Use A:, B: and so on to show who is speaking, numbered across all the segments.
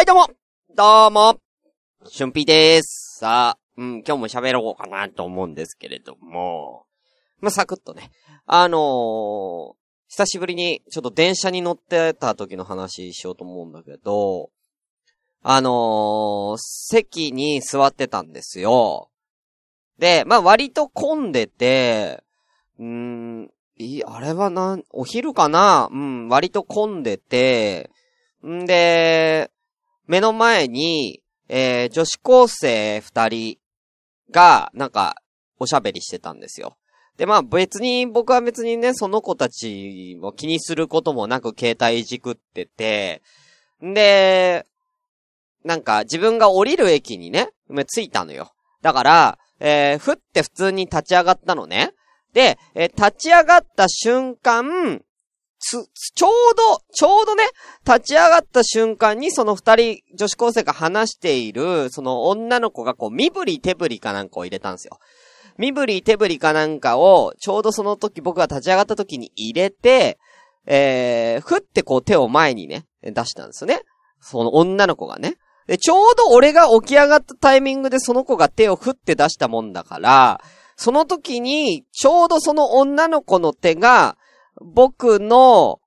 A: どうもどうもしゅんぴーでーす。さあ、今日も喋ろうかなと思うんですけれども、サクッとね。久しぶりにちょっと電車に乗ってた時の話しようと思うんだけど、席に座ってたんですよ。で、割と混んでて、あれはお昼かな？割と混んでて、で、目の前に、女子高生二人が、おしゃべりしてたんですよ。で、僕は別にね、その子たちも気にすることもなく携帯いじくってて、で、自分が降りる駅にね、着いたのよ。だから、ふって普通に立ち上がったのね。で、立ち上がった瞬間、ちょうどね、立ち上がった瞬間にその二人女子高生が話している、その女の子が身振り手振りかなんかを入れたんですよ。身振り手振りかなんかを、ちょうどその時僕が立ち上がった時に入れて、ふって手を前にね、出したんですよね。その女の子がね。で、ちょうど俺が起き上がったタイミングでその子が手をふって出したもんだから、その時に、ちょうどその女の子の手が、僕の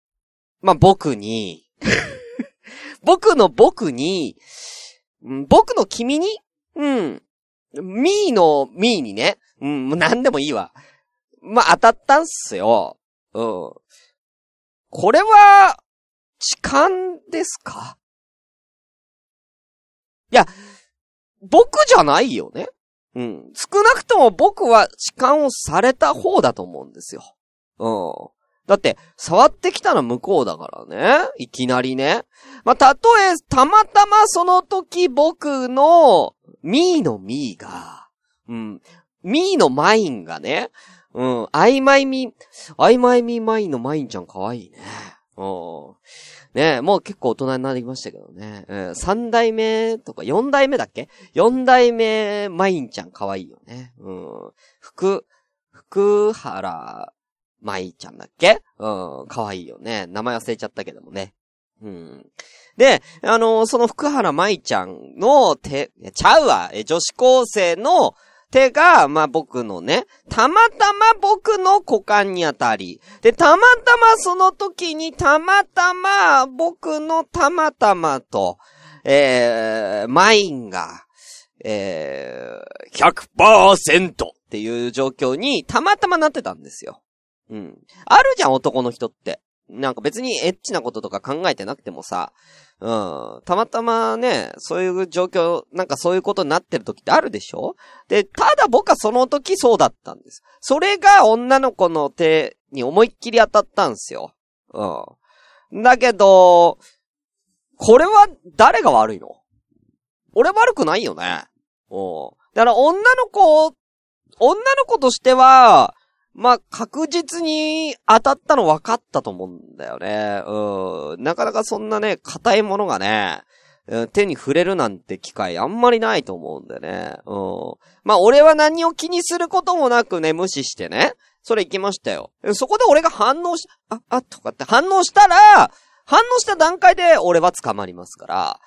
A: 君に、ミーのミーにね、なんでもいいわ。当たったんすよ。これは、痴漢ですか？いや、僕じゃないよね。少なくとも僕は痴漢をされた方だと思うんですよ。だって、触ってきたのは向こうだからね。いきなりね。たとえ、たまたまその時僕の、ミーのミーが、ミーのマインがね、アイマイミーマインのマインちゃんかわいいね。ね、もう結構大人になりましたけどね。3代目とか4代目だっけ ?4 代目マインちゃんかわいいよね。福原マイちゃんだっけ？かわいいよね。名前忘れちゃったけどもね。で、その福原マイちゃんの手、ちゃうわ。女子高生の手が、僕のね、たまたま僕の股間に当たり、で、たまたまその時にたまたま僕のたまたまと、マインが、100% っていう状況にたまたまなってたんですよ。あるじゃん、男の人って。別にエッチなこととか考えてなくてもさ、たまたまね、そういう状況、そういうことになってる時ってあるでしょ？で、ただ僕はその時そうだったんです。それが女の子の手に思いっきり当たったんですよ。だけど、これは誰が悪いの？俺悪くないよね。だから女の子としては、確実に当たったの分かったと思うんだよね。なかなかそんなね、硬いものがね、手に触れるなんて機会あんまりないと思うんだよね。俺は何を気にすることもなくね、無視してね、それ行きましたよ。そこで俺が反応とかって反応した段階で俺は捕まりますから、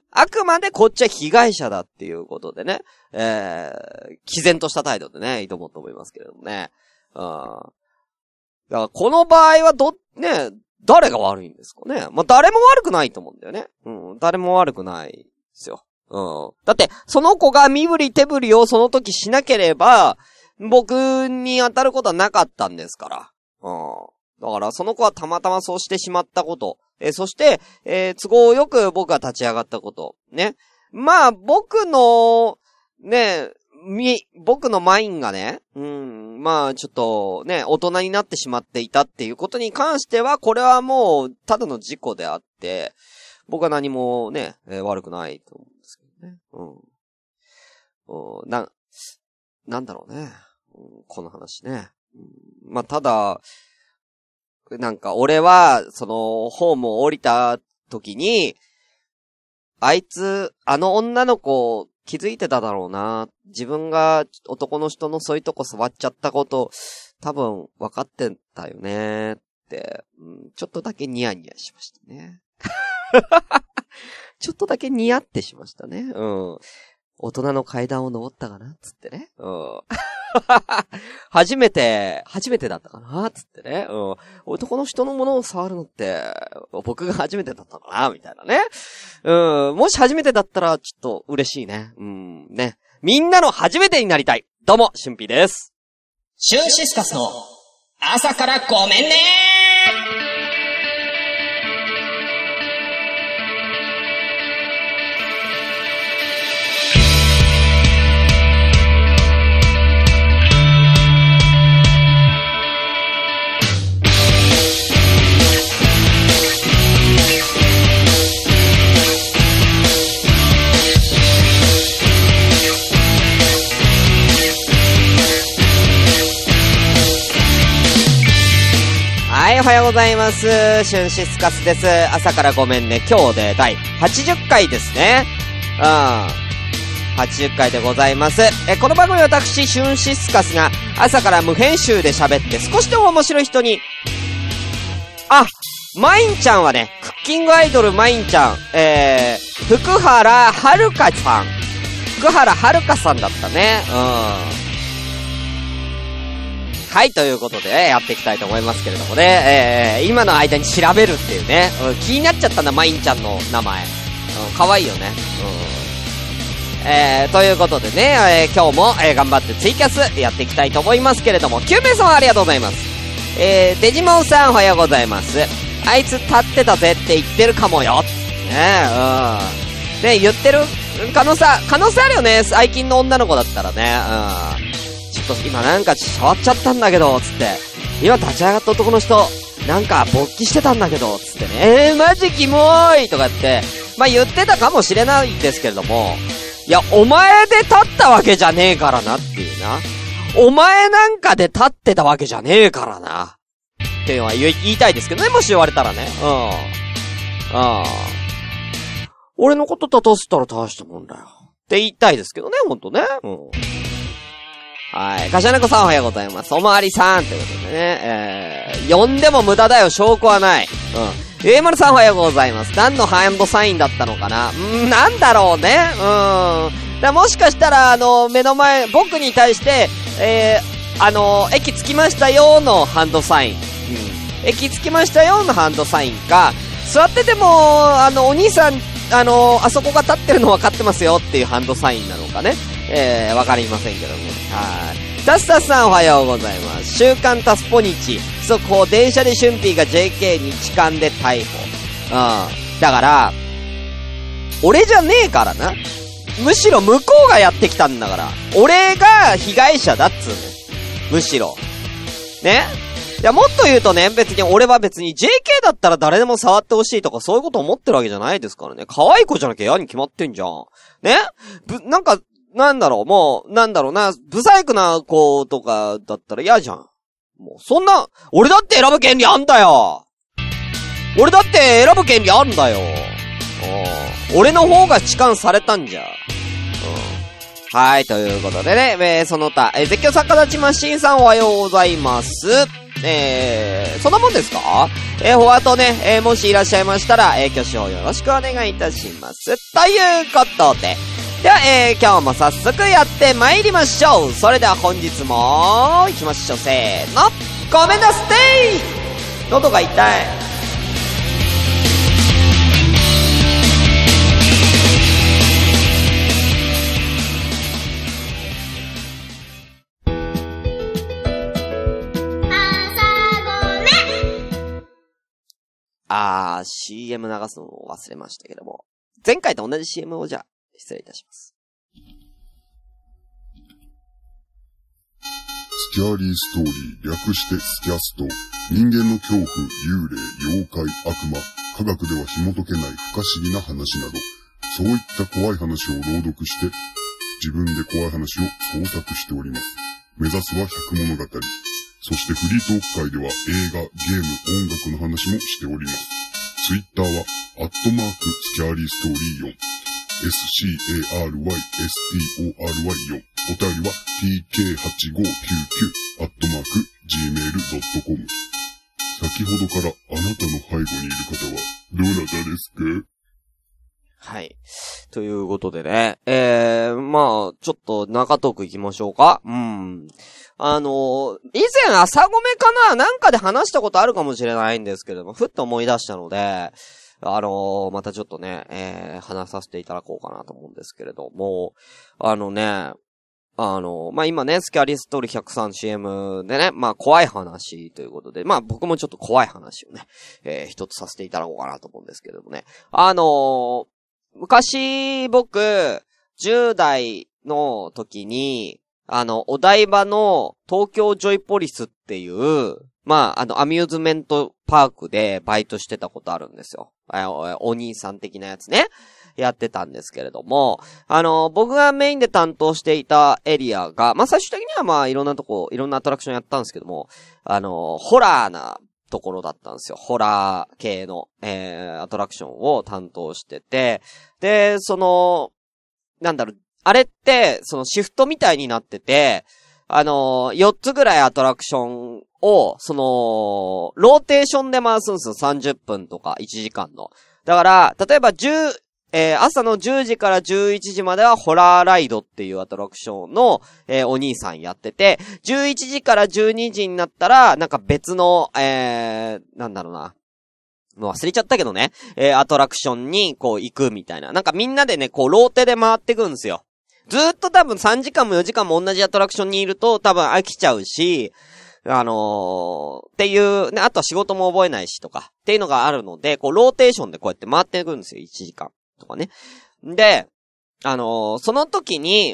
A: あくまでこっちは被害者だっていうことでね、毅然とした態度でね、挑もうと思いますけれどもね。だからこの場合は誰が悪いんですかね。誰も悪くないと思うんだよね。誰も悪くないですよ。だって、その子が身振り手振りをその時しなければ、僕に当たることはなかったんですから。だから、その子はたまたまそうしてしまったこと。そして、都合よく僕が立ち上がったこと。ね。僕のマインがね、ちょっとね、大人になってしまっていたっていうことに関しては、これはもう、ただの事故であって、僕は何もね、悪くないと思うんですけどね。なんだろうね。この話ね。ただ、俺は、その、ホームを降りた時に、あの女の子、気づいてただろうな。自分が男の人のそういうとこ触っちゃったこと、多分分かってたよねって、ちょっとだけニヤニヤしましたね。 ちょっとだけニヤってしましたね。大人の階段を登ったかなつってね。初めてだったかなつってね。男の人のものを触るのって、僕が初めてだったかなみたいなね。もし初めてだったら、ちょっと嬉しいね。ね。みんなの初めてになりたい。どうも、しゅんぴーです。
B: シュンシスカスの朝からごめんね
A: おはようございます。シュンシスカスです。朝からごめんね。今日で第80回ですね。80回でございます。この番組は私、シュンシスカスが朝から無編集で喋って少しでも面白い人に、マインちゃんはね、クッキングアイドルマインちゃん、福原遥さんだったね。はい、ということで、やっていきたいと思いますけれどもね、今の間に調べるっていうね、気になっちゃったんだ、マインちゃんの名前。可愛いよね。ということでね、今日も、頑張ってツイキャスやっていきたいと思いますけれども、9名様ありがとうございます。デジモンさんおはようございます。あいつ立ってたぜって言ってるかもよ。ね、言ってる可能性あるよね、最近の女の子だったらね。ちょっと今なんか触っちゃったんだけど、つって。今立ち上がった男の人、なんか勃起してたんだけど、つってね。マジキモーいとかって、言ってたかもしれないんですけれども、いや、お前で立ったわけじゃねえからなっていうな。お前なんかで立ってたわけじゃねえからな。っていうのは言いたいですけどね、もし言われたらね。俺のこと立たせたら大したもんだよ。って言いたいですけどね、ほんとね。はい。かしゃねこさんおはようございます。おまわりさんということでね。呼んでも無駄だよ、証拠はない。A 丸さんおはようございます。何のハンドサインだったのかななんだろうね。もしかしたら、目の前、僕に対して、駅着きましたよのハンドサイン。駅着きましたよのハンドサインか、座ってても、お兄さん、あそこが立ってるの分かってますよっていうハンドサインなのかね。わかりませんけども。はい。タスタスさんおはようございます。週刊タスポニチ。速報、電車でシュンピーが JK に痴漢で逮捕。だから、俺じゃねえからな。むしろ向こうがやってきたんだから。俺が被害者だっつうね。むしろ。ね。いや、もっと言うとね、俺は別に JK だったら誰でも触ってほしいとかそういうこと思ってるわけじゃないですからね。可愛い子じゃなきゃ嫌に決まってんじゃん。ね。なんだろうな、ブサイクな子とかだったら嫌じゃん。もう、そんな、俺だって選ぶ権利あんだよ。俺だって選ぶ権利あるんだよ。俺の方が痴漢されたんじゃ。はい、ということでね、その他、絶叫作家たちマシンさんおはようございます。そんなもんですか？フォワードね、もしいらっしゃいましたら、挙手をよろしくお願いいたします。ということで、では、今日も早速やって参りましょう。それでは本日も、行きましょう。せーの。ごめんなさい。喉が痛い。CM 流すのを忘れましたけども。前回と同じ CM をじゃあ、失礼いたします。
C: スキャーリーストーリー、略してスキャスト。人間の恐怖、幽霊、妖怪、悪魔、科学では紐解けない不可思議な話など、そういった怖い話を朗読して、自分で怖い話を創作しております。目指すは100物語。そしてフリートーク会では映画、ゲーム、音楽の話もしております。ツイッターは、スキャーリーストーリー4。SCARYSTORY4。お便りは tk8599@gmail.com。先ほどからあなたの背後にいる方はどなたですか？
A: はい。ということでね。まあ、ちょっと中トーク行きましょうか。以前朝ごめかななんかで話したことあるかもしれないんですけれども、ふっと思い出したので、またちょっとね、話させていただこうかなと思うんですけれども、まあ、今ね、スキャリストーリー 103CM でね、まあ、怖い話ということで、まあ、僕もちょっと怖い話をね、一つさせていただこうかなと思うんですけれどもね。昔、僕、10代の時に、お台場の東京ジョイポリスっていう、まあ、アミューズメントパークでバイトしてたことあるんですよ。お兄さん的なやつね。やってたんですけれども、僕がメインで担当していたエリアが、まあ、最終的にはまあ、いろんなアトラクションやったんですけども、ホラーなところだったんですよ。ホラー系の、アトラクションを担当してて、で、あれって、シフトみたいになってて、4つぐらいアトラクションを、ローテーションで回すんですよ。30分とか1時間の。だから、例えば朝の10時から11時まではホラーライドっていうアトラクションの、お兄さんやってて、11時から12時になったら、なんか別の、なんだろうな。もう忘れちゃったけどね。アトラクションにこう行くみたいな。なんかみんなでね、こうローテで回ってくんですよ。ずーっと多分3時間も4時間も同じアトラクションにいると多分飽きちゃうし、っていう、ね、あとは仕事も覚えないしとか、っていうのがあるので、こうローテーションでこうやって回ってくるんですよ。1時間とかね。で、その時に、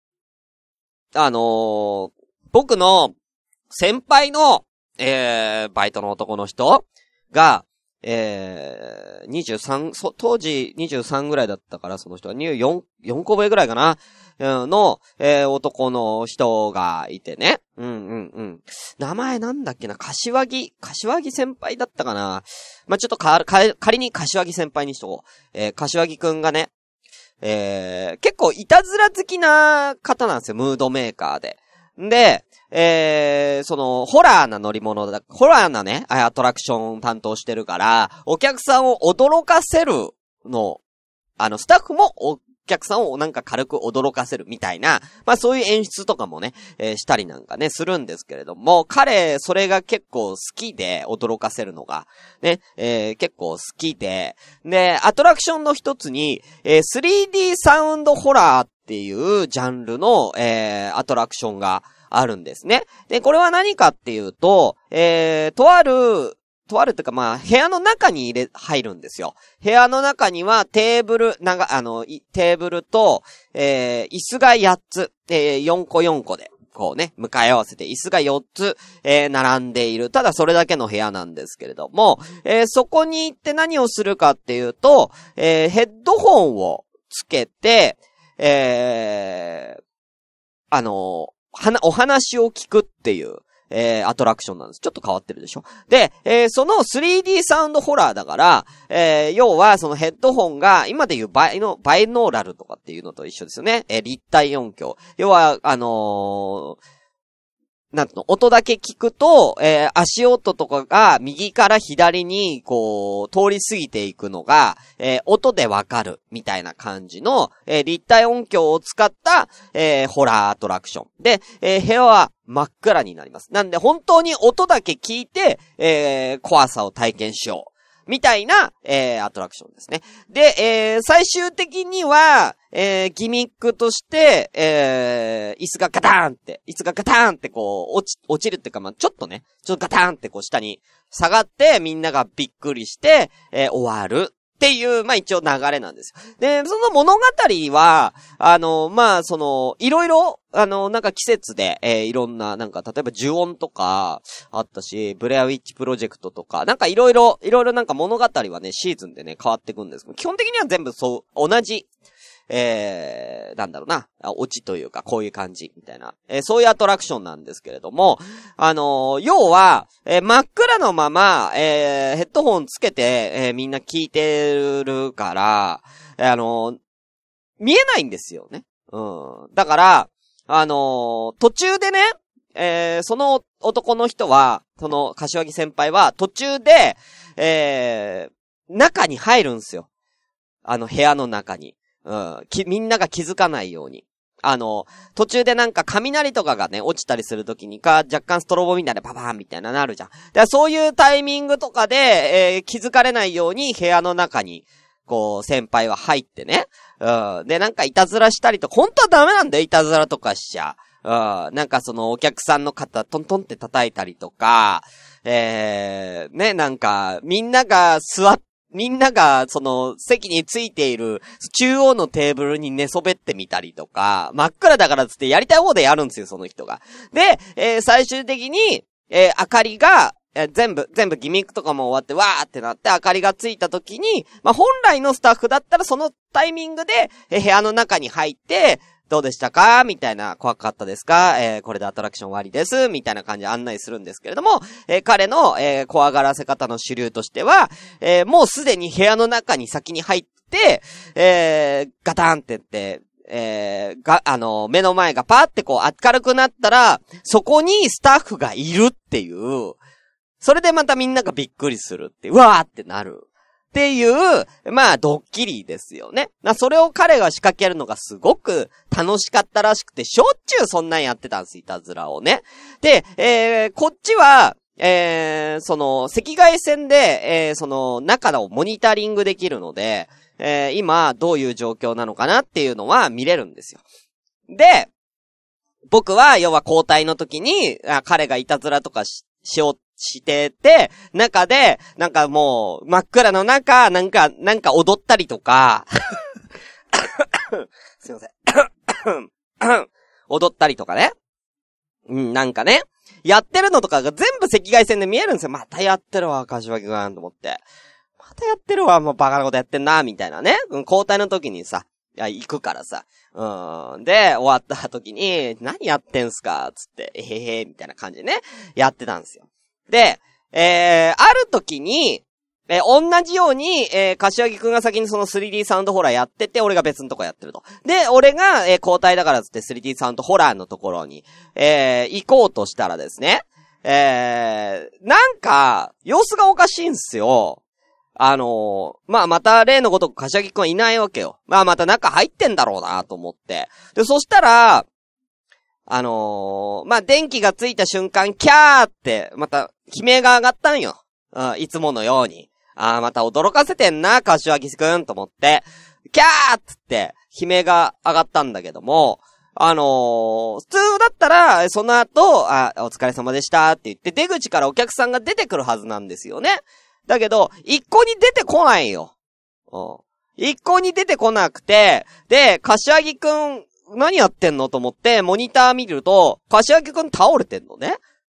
A: 僕の先輩の、バイトの男の人が、23、当時23ぐらいだったから、その人は4個上ぐらいかな、の、男の人がいてね。名前なんだっけな、柏木先輩だったかな。まあ、ちょっと仮に柏木先輩にしとこう。柏木くんがね、結構いたずら好きな方なんですよ、ムードメーカーで。で、ホラーな乗り物ホラーなね、アトラクション担当してるから、お客さんを驚かせるの、スタッフもお客さんをなんか軽く驚かせるみたいな、まあそういう演出とかもね、したりなんかね、するんですけれども、彼、それが結構好きで、驚かせるのが、ね、結構好きで、で、アトラクションの一つに、3D サウンドホラーっていうジャンルの、アトラクションがあるんですね。で、これは何かっていうと、とあるっていうかまあ、部屋の中に入るんですよ。部屋の中にはテーブルと、椅子が8つ、4個4個で、こうね、向かい合わせて椅子が4つ、並んでいる。ただそれだけの部屋なんですけれども、そこに行って何をするかっていうと、ヘッドホンをつけて、お話を聞くっていう、アトラクションなんです。ちょっと変わってるでしょ。で、その 3D サウンドホラーだから、要はそのヘッドホンが、今でいうバイノーラルとかっていうのと一緒ですよね。立体音響。要は、なんと音だけ聞くと、足音とかが右から左に、こう、通り過ぎていくのが、音でわかる、みたいな感じの、立体音響を使った、ホラーアトラクション。で、部屋は真っ暗になります。なんで、本当に音だけ聞いて、怖さを体験しよう。みたいな、アトラクションですね。で、最終的には、ギミックとして、椅子がガターンってこう、落ちるっていうか、まあ、ちょっとガターンってこう下に下がって、みんながびっくりして、終わる。っていう、まあ、一応流れなんですよ。で、その物語は、まあ、いろいろ、なんか季節で、いろんな、なんか、例えば呪音とか、あったし、ブレアウィッチプロジェクトとか、なんかいろいろなんか物語はね、シーズンでね、変わってくんですけど、基本的には全部同じ、なんだろうな、オチというか、こういう感じ、みたいな、そういうアトラクションなんですけれども、要は、真っ暗のまま、ヘッドホンつけて、みんな聞いてるから、見えないんですよね。だから、途中でね、その男の人は、その柏木先輩は、途中で、中に入るんですよ。 部屋の中に。みんなが気づかないように。途中でなんか雷とかがね、落ちたりするときに若干ストロボみたいなパパーンみたいなるじゃん。だからそういうタイミングとかで、気づかれないように部屋の中に、こう、先輩は入ってね。で、なんかいたずらしたりと、本当はダメなんだよ、いたずらとかしちゃ。なんかそのお客さんの肩トントンって叩いたりとか、ね、なんか、みんながその席についている中央のテーブルに寝そべってみたりとか、真っ暗だからつってやりたい方でやるんですよ、その人が。で、最終的に、明かりが、全部ギミックとかも終わってわーってなって明かりがついた時に、まあ、本来のスタッフだったらそのタイミングで、部屋の中に入って、どうでしたかみたいな、怖かったですかこれでアトラクション終わりです。みたいな感じで案内するんですけれども、彼の、怖がらせ方の主流としては、もうすでに部屋の中に先に入って、ガタンって言って、目の前がパーってこう明るくなったら、そこにスタッフがいるっていう、それでまたみんながびっくりするって、うわーってなる。っていう、まあ、ドッキリですよね。それを彼が仕掛けるのがすごく楽しかったらしくて、しょっちゅうそんなんやってたんです、いたずらをね。で、こっちは、その、赤外線で、その、中をモニタリングできるので、今、どういう状況なのかなっていうのは見れるんですよ。で、僕は、要は交代の時に、彼がいたずらとかしてて、中で、なんかもう、真っ暗の中、なんか踊ったりとか、すいません。踊ったりとかね。なんかね、やってるのとかが全部赤外線で見えるんですよ。またやってるわ、柏木くんと思って。またやってるわ、もうバカなことやってんな、みたいなね。交代の時にさ、行くからさ。で、終わった時に、何やってんすかつって、へへみたいな感じでね、やってたんですよ。で、ある時に、同じように、柏木くんが先にその 3D サウンドホラーやってて、俺が別のとこやってると。で、俺が、交代だからつって 3D サウンドホラーのところに、行こうとしたらですね、なんか、様子がおかしいんすよ。まあ、また例のごとく柏木くんはいないわけよ。まあ、また中入ってんだろうなと思って。で、そしたら、まあ、電気がついた瞬間、キャーって、また、悲鳴が上がったんよ。いつものように。また驚かせてんな、柏木くんと思って、キャーっつって、悲鳴が上がったんだけども、普通だったら、その後、お疲れ様でしたって言って、出口からお客さんが出てくるはずなんですよね。だけど、一向に出てこないよ。一向に出てこなくて、で、柏木くん、何やってんのと思って、モニター見ると、柏木くん倒れてんのね。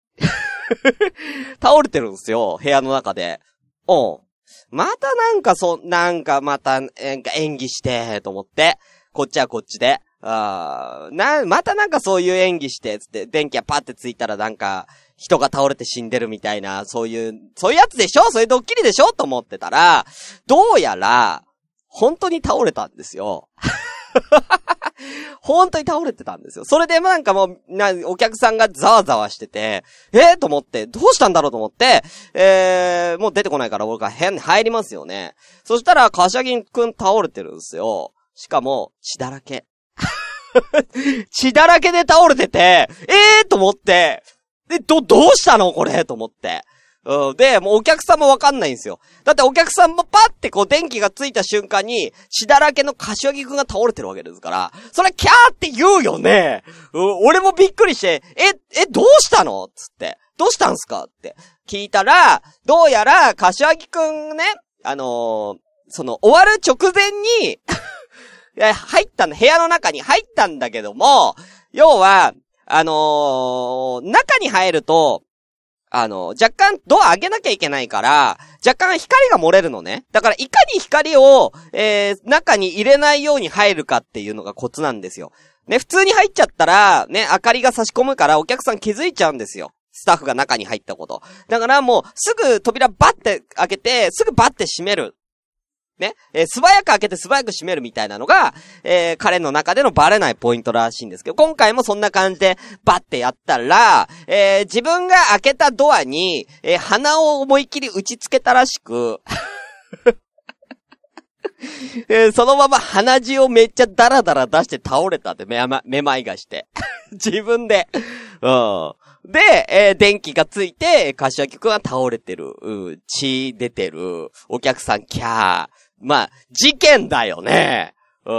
A: 倒れてるんですよ、部屋の中で。またなんかまた、演技して、と思って、こっちはこっちで。またなんかそういう演技して、つって、電気がパッてついたらなんか、人が倒れて死んでるみたいな、そういうやつでしょ？そういうドッキリでしょ？と思ってたら、どうやら、本当に倒れたんですよ。本当に倒れてたんですよ。それでなんかもう、お客さんがざわざわしてて、と思って、どうしたんだろうと思って、もう出てこないから僕は部屋に入りますよね。そしたら、柏木くん倒れてるんですよ。しかも、血だらけ。血だらけで倒れてて、と思って、で、どうしたのこれと思って。で、もうお客さんもわかんないんですよ。だってお客さんもパッてこう電気がついた瞬間に血だらけの柏木くんが倒れてるわけですから、それキャーって言うよね。俺もびっくりして、どうしたのつって、どうしたんすかって聞いたら、どうやら柏木くんね、終わる直前に、部屋の中に入ったんだけども、要は、中に入ると、若干ドア開けなきゃいけないから、若干光が漏れるのね。だからいかに光を、中に入れないように入るかっていうのがコツなんですよ。ね、普通に入っちゃったら、ね、明かりが差し込むからお客さん気づいちゃうんですよ。スタッフが中に入ったこと。だからもう、すぐ扉バッて開けて、すぐバッて閉める。ね、素早く開けて素早く閉めるみたいなのが、彼の中でのバレないポイントらしいんですけど、今回もそんな感じでバッてやったら、自分が開けたドアに、鼻を思いっきり打ちつけたらしく、 そのまま鼻血をめっちゃダラダラ出して倒れたってめまいがして。自分で。で、電気がついて、柏木くんは倒れてる。血出てる。お客さんキャー。まあ、事件だよね。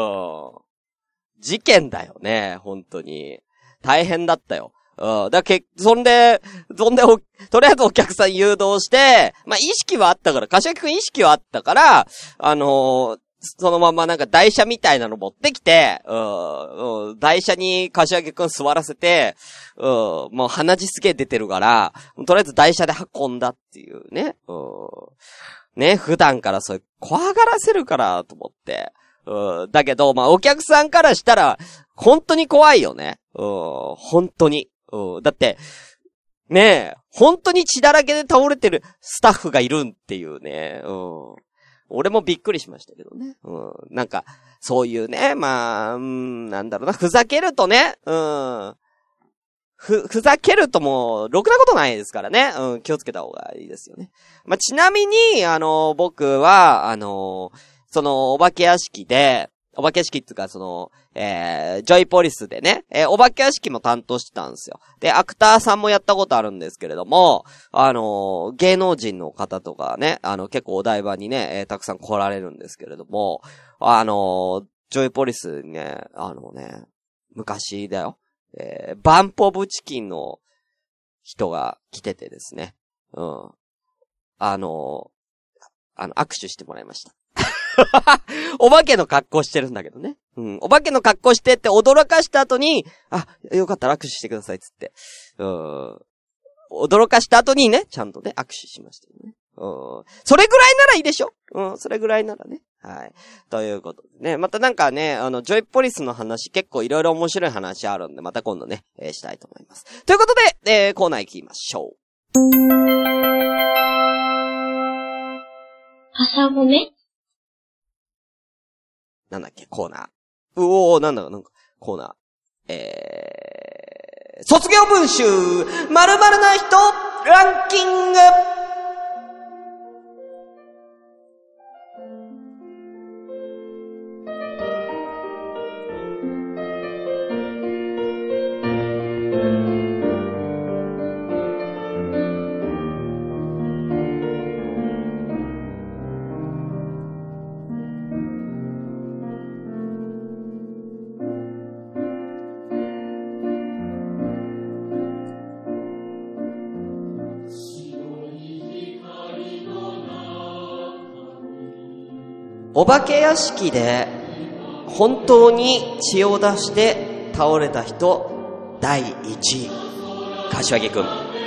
A: 事件だよね。本当に。大変だったよ。そんで、とりあえずお客さん誘導して、まあ、意識はあったから、柏木くん意識はあったから、そのままなんか台車みたいなの持ってきて、台車に柏木くん座らせて、もう鼻血すげえ出てるから、とりあえず台車で運んだっていうね。ね、普段からそれ怖がらせるからと思って。だけど、まあお客さんからしたら、本当に怖いよね。本当に。だって、ねえ、本当に血だらけで倒れてるスタッフがいるっていうね。俺もびっくりしましたけどね。なんか、そういうね、まあ、なんだろうな、ふざけるとね、ふざけるともう、ろくなことないですからね。気をつけた方がいいですよね。まあ、ちなみに、僕は、その、お化け屋敷っていうか、その、ジョイポリスでね、お化け屋敷も担当してたんですよ。で、アクターさんもやったことあるんですけれども、芸能人の方とかね、結構お台場にね、たくさん来られるんですけれども、ジョイポリスにね、昔だよ、バンプオブチキンの人が来ててですね、握手してもらいました。お化けの格好してるんだけどね。お化けの格好してって驚かした後に、よかったら握手してくださいっつって。驚かした後にね、ちゃんとね、握手しましたよね。それぐらいならいいでしょ。それぐらいならね。はい。ということでね、またなんかね、ジョイポリスの話結構いろいろ面白い話あるんで、また今度ね、したいと思います。ということで、コーナー行きましょう。
D: 朝ごめ
A: なんだっけ、コーナー。なんか、コーナー。卒業文集、〇〇な人、ランキング。お化け屋敷で本当に血を出して倒れた人第1位、柏木くん。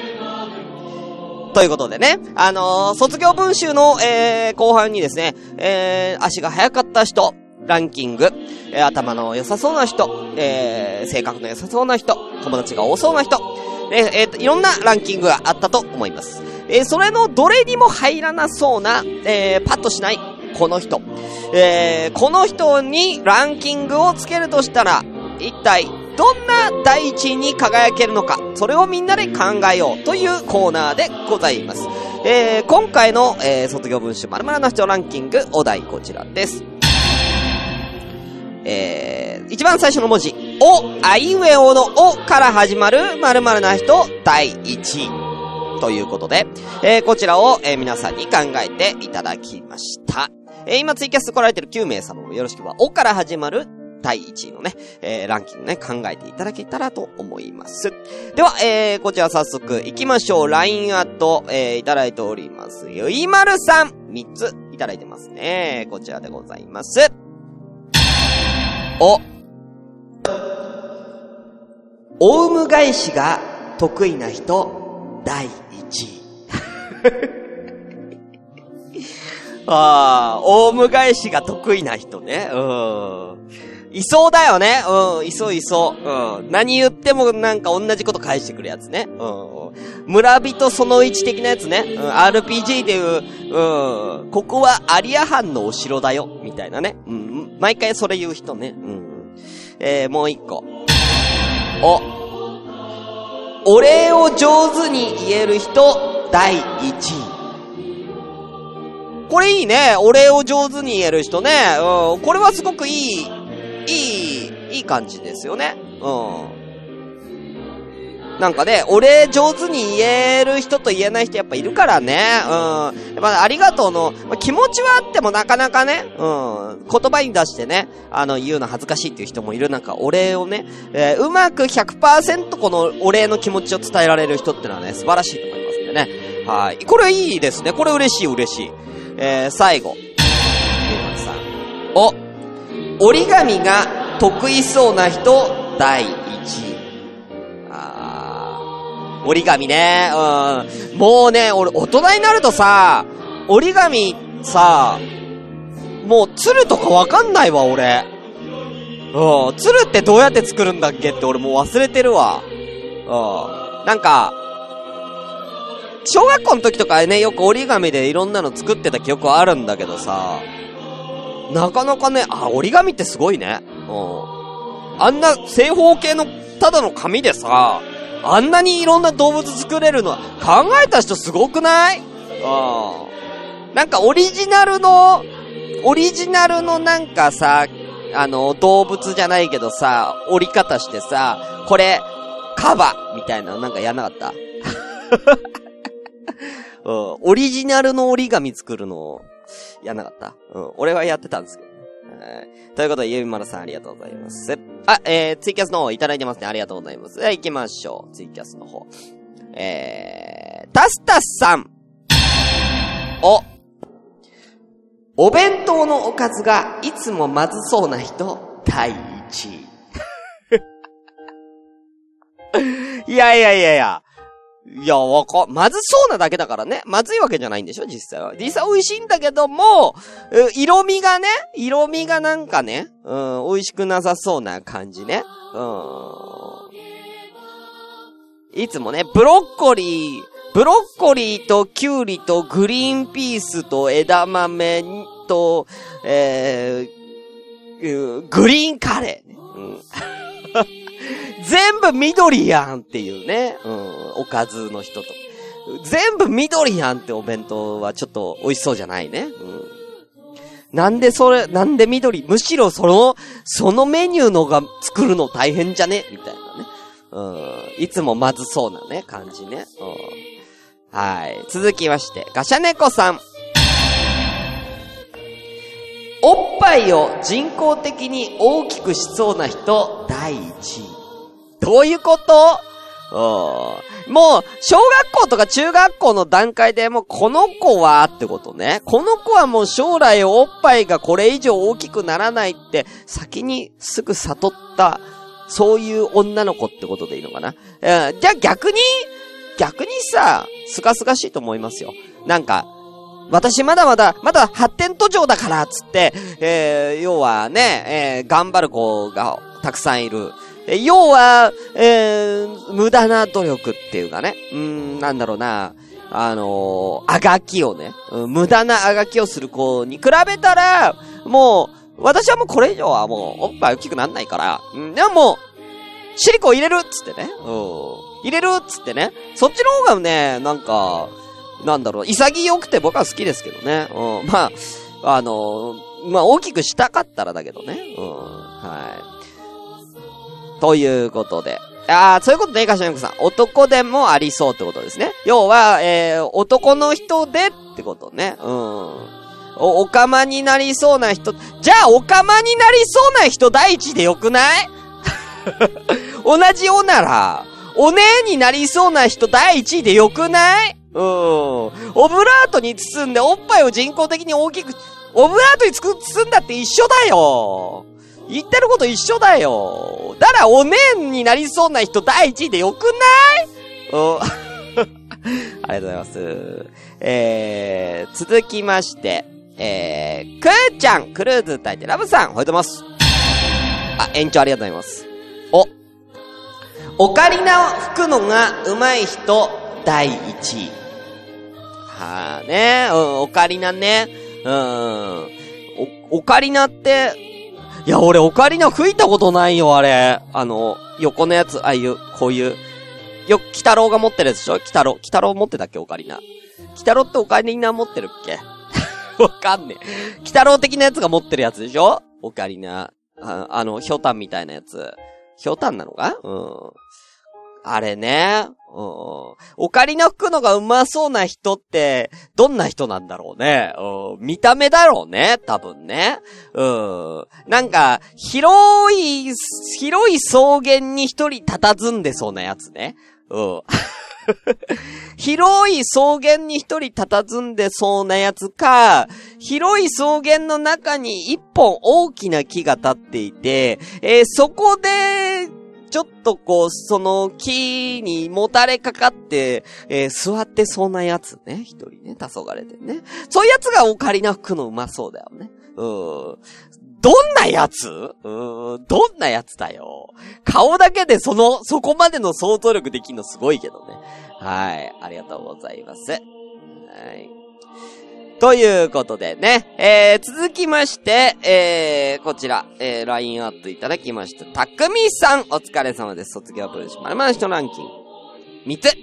A: ということでね、卒業文集の、後半にですね、足が速かった人ランキング、頭の良さそうな人、性格の良さそうな人、友達が多そうな人、いろんなランキングがあったと思います。それのどれにも入らなそうな、パッとしないこの人、この人にランキングをつけるとしたら一体どんな第一位に輝けるのか、それをみんなで考えようというコーナーでございます。今回の、卒業文集〇〇な人ランキング、お題こちらです。一番最初の文字、お、あいうえおのおから始まる〇〇な人第1位ということで、こちらを、皆さんに考えていただきました。今ツイキャス来られてる9名様もよろしくは、おから始まる第1位のね、ランキングね、考えていただけたらと思います。では、こちら早速行きましょう。LINE アット、いただいております。ゆいまるさん、3ついただいてますね。こちらでございます。オウム返しが得意な人第1位。オウム返しが得意な人ね。いそうだよね。いそう。何言ってもなんか同じこと返してくるやつね。村人その1的なやつね。RPG でいう、ここはアリア藩のお城だよ。みたいなね。毎回それ言う人ね。もう一個。お礼を上手に言える人第1位。 これいいね。お礼を上手に言える人ね。これはすごくいい感じですよね。なんかね、お礼上手に言える人と言えない人やっぱいるからね。やっぱありがとうの、気持ちはあってもなかなかね、言葉に出してね、言うの恥ずかしいっていう人もいる中、お礼をね、うまく 100% このお礼の気持ちを伝えられる人ってのはね、素晴らしいと思いますんでね。はい。これいいですね。これ嬉しい。最後。折り紙が得意そうな人、第1位。折り紙ね。もうね、俺、大人になるとさ、折り紙さ、もう、鶴とかわかんないわ、俺。鶴ってどうやって作るんだっけって俺もう忘れてるわ。なんか、小学校の時とかね、よく折り紙でいろんなの作ってた記憶はあるんだけどさ、なかなかね、折り紙ってすごいね。あんな正方形のただの紙でさ、あんなにいろんな動物作れるのは考えた人すごくない？なんかオリジナルのなんかさ、動物じゃないけどさ、折り方してさ、これ、カバみたいなのなんかやんなかったオリジナルの折り紙作るのやんなかった？俺はやってたんですけど。ということで、ゆみまるさんありがとうございます。ツイキャスの方いただいてますね。ありがとうございます。行きましょう。ツイキャスの方。タスタスさん。お弁当のおかずがいつもまずそうな人、第1位。いや、まずそうなだけだからね。まずいわけじゃないんでしょ、実際は。実際美味しいんだけども、色味がなんかね、美味しくなさそうな感じね。いつもね、ブロッコリーとキュウリとグリーンピースと枝豆と、グリーンカレー、ね。全部緑やんっていうね。おかずの人と。全部緑やんってお弁当はちょっと美味しそうじゃないね。なんで緑？むしろそのメニューのが作るの大変じゃねみたいなね。いつもまずそうなね、感じね。はい。続きまして、ガシャネコさん。おっぱいを人工的に大きくしそうな人、第1位。どういうこと？もう、小学校とか中学校の段階でもうこの子はってことね。この子はもう将来おっぱいがこれ以上大きくならないって先にすぐ悟った、そういう女の子ってことでいいのかな。じゃあ逆にさ、すがすがしいと思いますよ。なんか、私まだ発展途上だからっつって、要はね、頑張る子がたくさんいる。要は、無駄な努力っていうかね。なんだろうな。あがきをね。無駄なあがきをする子に比べたら、もう、私はもうこれ以上はもう、おっぱい大きくなんないから、でももう、シリコン入れるっつってね。入れるっつってね。そっちの方がね、なんか、なんだろう、潔くて僕は好きですけどね。まあ、大きくしたかったらだけどね。はい。ということで。そういうことね、かしなこさん。男でもありそうってことですね。要は、男の人でってことね。おかまになりそうな人。じゃあ、おかまになりそうな人第一でよくない同じようなら、お姉になりそうな人第一位でよくないオブラートに包んでおっぱいを人工的に大きく、オブラートに包んだって一緒だよ。言ってること一緒だよ。だからお姉になりそうな人第一位でよくないありがとうございます。続きまして、くーちゃん、クルーズ歌いてラブさん、おはようございます。延長ありがとうございます。オカリナを吹くのが上手い人、第1位。オカリナね。オカリナって、いや、俺オカリナ吹いたことないよ、あれ。横のやつ、こういう、鬼太郎が持ってるやつでしょ？鬼太郎持ってたっけ、オカリナ。鬼太郎ってオカリナ持ってるっけわかんねえ。鬼太郎的なやつが持ってるやつでしょ？オカリナ。ひょうたんみたいなやつ。ひょうたんなのか？あれね。オカリナ吹くのがうまそうな人って、どんな人なんだろうね。見た目だろうね、多分ね。なんか、広い草原に一人佇んでそうなやつね。広い草原に一人佇んでそうなやつか、広い草原の中に一本大きな木が立っていて、そこで、ちょっとこう、その木にもたれかかって、座ってそうなやつね。一人ね、黄昏てね。そういうやつがオカリナ吹くのうまそうだよね。どんなやつ？どんなやつだよ。顔だけでそこまでの想像力できるのすごいけどね。はい。ありがとうございます。はい。ということでね、続きまして、こちら、LINE アットいただきました。たくみさん、お疲れ様です。卒業ブルーシマルマン人ランキング。3つ。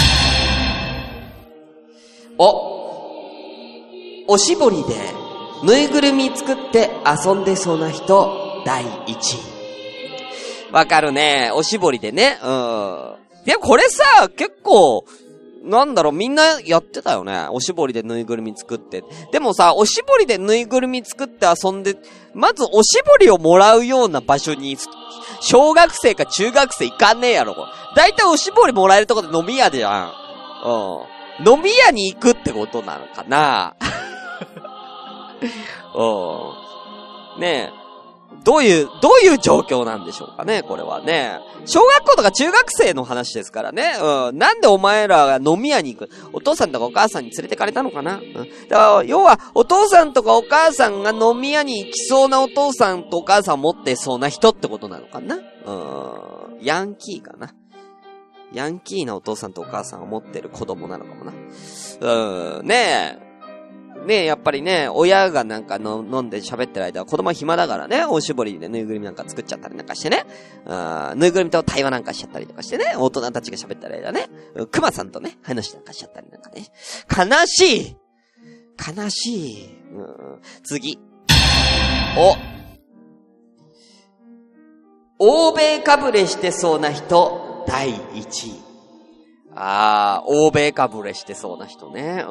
A: おしぼりで、ぬいぐるみ作って遊んでそうな人、第1位。わかるね。おしぼりでね。でもこれさ、結構、なんだろう、みんなやってたよね。おしぼりでぬいぐるみ作って。でもさ、おしぼりでぬいぐるみ作って遊んで、まずおしぼりをもらうような場所に、小学生か中学生行かんねえやろ。だいたいおしぼりもらえるとこで飲み屋じゃん。飲み屋に行くってことなのかなねえ。どういう状況なんでしょうかね、これはね。小学校とか中学生の話ですからね。なんでお前らが飲み屋に行く？お父さんとかお母さんに連れてかれたのかな？だから、要は、お父さんとかお母さんが飲み屋に行きそうなお父さんとお母さんを持ってそうな人ってことなのかな？ヤンキーかな。ヤンキーなお父さんとお母さんを持ってる子供なのかもな。ねえ。ねえ、やっぱりね、親がなんか飲んで喋ってる間は子供は暇だからね、おしぼりでぬいぐるみなんか作っちゃったりなんかしてね、ぬいぐるみと対話なんかしちゃったりとかしてね、大人たちが喋ってる間ね、クマさんとね、話なんかしちゃったりなんかね。悲しい。次。欧米かぶれしてそうな人、第1位。欧米かぶれしてそうな人ね。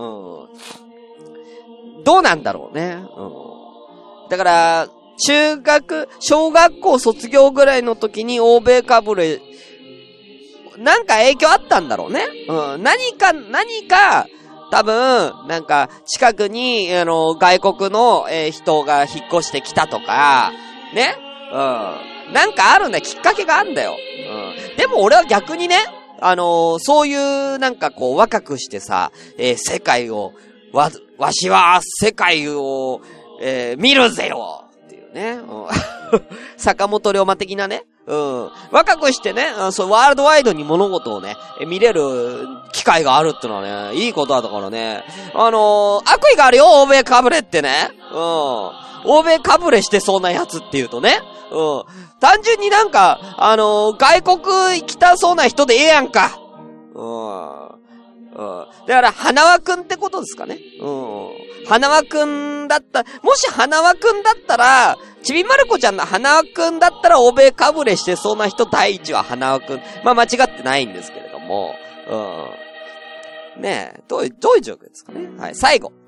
A: どうなんだろうね。だから、小学校卒業ぐらいの時に欧米かぶれ、なんか影響あったんだろうね。何か、多分、なんか、近くに、外国の、人が引っ越してきたとか、ね。なんかあるんだよ。きっかけがあるんだよ。でも俺は逆にね、そういう、なんかこう、若くしてさ、世界を、わしは世界を、見るぜよっていうね。坂本龍馬的なね。若くしてね、そうワールドワイドに物事をね、見れる機会があるってのはね、いいことだからね。悪意があるよ、欧米かぶれってね。欧米かぶれしてそうなやつっていうとね。単純になんか、外国行きたそうな人でええやんか。だから、花輪くんってことですかね。花輪くんだった、もし花輪くんだったら、ちびまる子ちゃんの花輪くんだったら、欧米かぶれしてそうな人第一は花輪くん。まあ、間違ってないんですけれども。ねえ、どういう状況ですかね。はい、最後。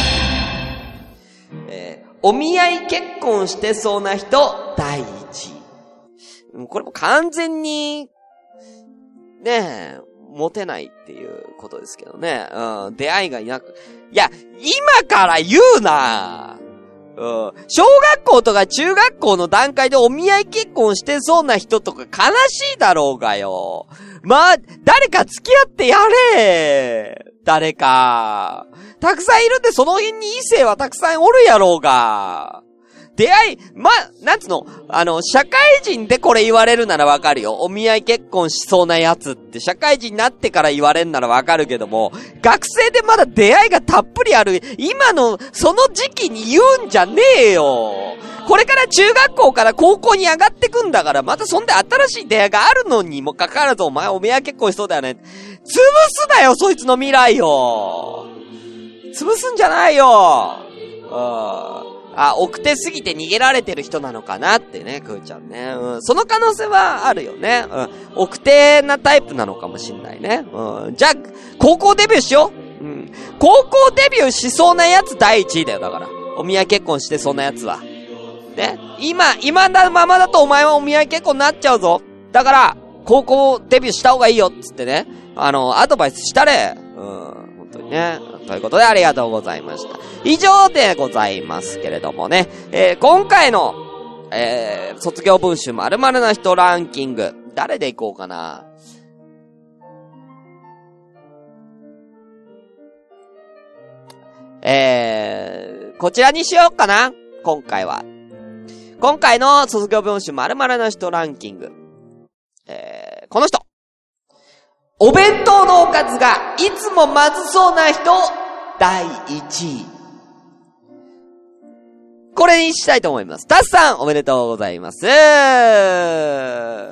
A: お見合い結婚してそうな人、第一。これも完全に、ねえ、モテないっていうことですけどね。出会いがいなく。いや、今から言うな。小学校とか中学校の段階でお見合い結婚してそうな人とか悲しいだろうがよ。まあ、誰か付き合ってやれ。誰か。たくさんいるんでその辺に異性はたくさんおるやろうが。出会い、なんつうの、社会人でこれ言われるならわかるよ。お見合い結婚しそうなやつって社会人になってから言われるならわかるけども、学生でまだ出会いがたっぷりある、今の、その時期に言うんじゃねえよ。これから中学校から高校に上がってくんだから、またそんで新しい出会いがあるのにもかかわらず、お前お見合い結婚しそうだよね。潰すなよ、そいつの未来を。潰すんじゃないよ。 奥手すぎて逃げられてる人なのかなってね、くーちゃんね。その可能性はあるよね。奥手なタイプなのかもしんないね。じゃあ、高校デビューしよう。高校デビューしそうなやつ第一位だよ、だから。お見合い結婚してそうなやつは。ね。今のままだとお前はお見合い結婚になっちゃうぞ。だから、高校デビューした方がいいよ、つってね。アドバイスしたれ。本当にね。ということでありがとうございました。以上でございますけれどもね。今回の、卒業文集〇〇な人ランキング。誰でいこうかな。こちらにしようかな。今回は。今回の卒業文集〇〇な人ランキング。この人。お弁当のおかずがいつもまずそうな人、第1位。これにしたいと思います。タスさん、おめでとうございます。はい。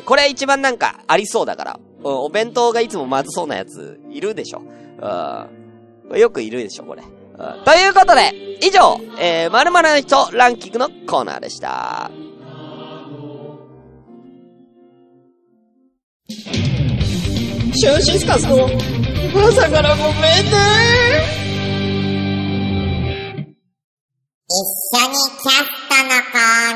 A: これ一番なんかありそうだから。お弁当がいつもまずそうなやつ、いるでしょ。よくいるでしょ、これ。ということで、以上、〇〇な人ランキングのコーナーでした。
B: シュンシスカスの朝からごめんね。
D: 一緒にキャストのコーナ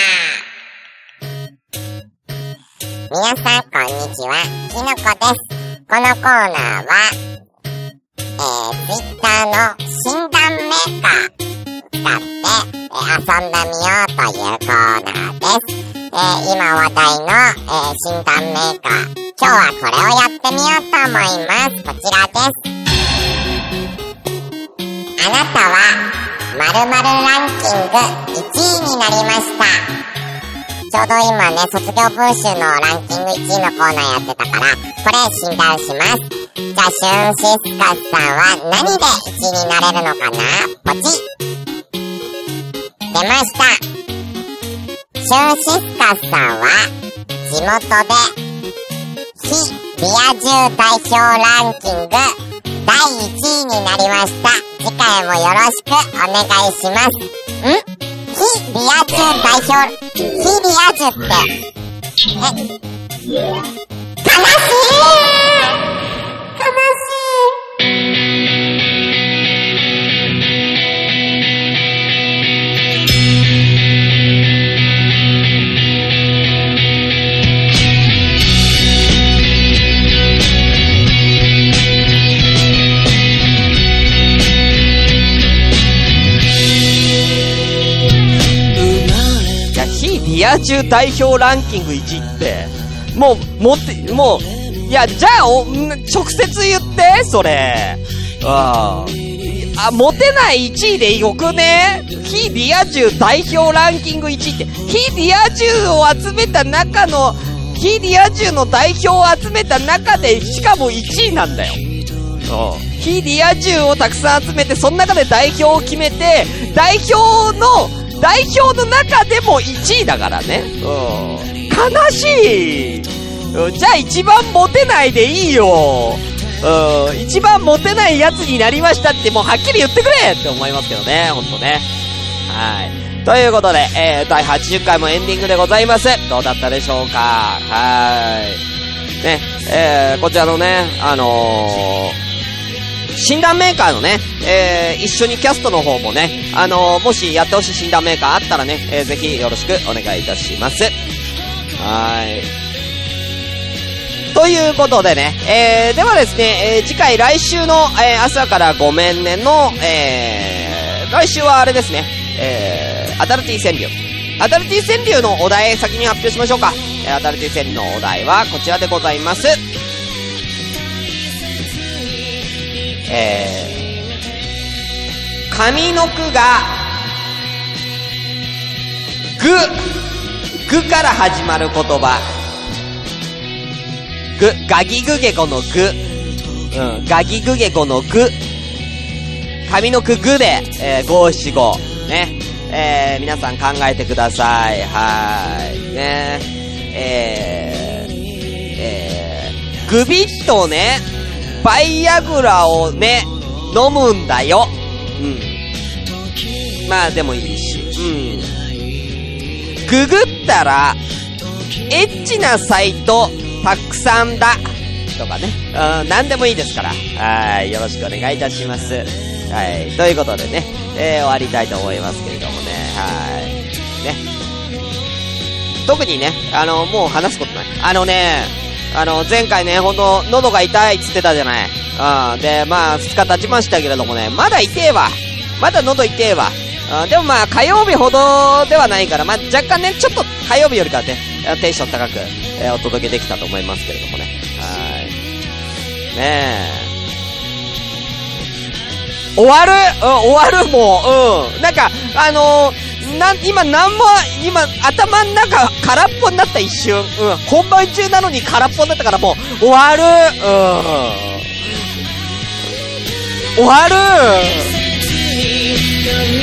D: ー。皆さんこんにちは、きのこです。このコーナーは、Twitter の診断メーカー使って遊んでみようというコーナーです。今話題の、診断メーカー。今日はこれをやってみようと思います。こちらです。あなたは〇〇ランキング1位になりました。ちょうど今ね、卒業文集のランキング1位のコーナーやってたから、これ診断します。じゃあ、シュンシスカスさんは何で1位になれるのかな？ポチッ。出ました。シュンシスカスさんは地元で非リア充代表ランキング第1位になりました。次回もよろしくお願いします。非リア充代表、非リア充って、悲しい！
A: リア充代表ランキング1位って、もう、いや、じゃあ、直接言って、それ。モテない1位でよくね？非リア充代表ランキング1位って、非リア充を集めた中の、非リア充の代表を集めた中で、しかも1位なんだよ。非リア充をたくさん集めて、その中で代表を決めて、代表の中でも1位だからね。悲しい。じゃあ一番モテないでいいよ。一番モテないやつになりましたってもうはっきり言ってくれって思いますけどね、ほんとね。はい。ということで、第80回もエンディングでございます。どうだったでしょうか。はい。ね、こちらのね、診断メーカーのね、一緒にキャストの方もね、もしやってほしい診断メーカーあったらね、ぜひよろしくお願いいたします。はい。ということでね、ではですね、次回来週の、朝からごめんねの、来週はあれですね、アダルティ川柳。アダルティ川柳のお題先に発表しましょうか。アダルティ川柳のお題はこちらでございます。上の句がぐから始まる言葉。ガギグゲコのガギグゲコの上の句で、五七五ね、皆さん考えてください。はいね、グビッとね、 バイアグラをね、飲むんだよ。まあでもいいし。ググったら、エッチなサイト、たくさんだ。とかね。なんでもいいですから。はい。よろしくお願いいたします。はい。ということでね、終わりたいと思いますけれどもね。はい。ね。特にね、もう話すことない。前回ね、ほんと、喉が痛いっつってたじゃない。で、まあ、2日経ちましたけれどもね、まだ痛えわ。まだ喉痛えわ。でもまあ、火曜日ほどではないから、まあ、若干ね、ちょっと火曜日よりかはね、テンション高く、お届けできたと思いますけれどもね。はい。ねえ。終わるもう、なんか、今頭の中空っぽになった一瞬。本番中なのに空っぽになったからもう、終わる。終わる。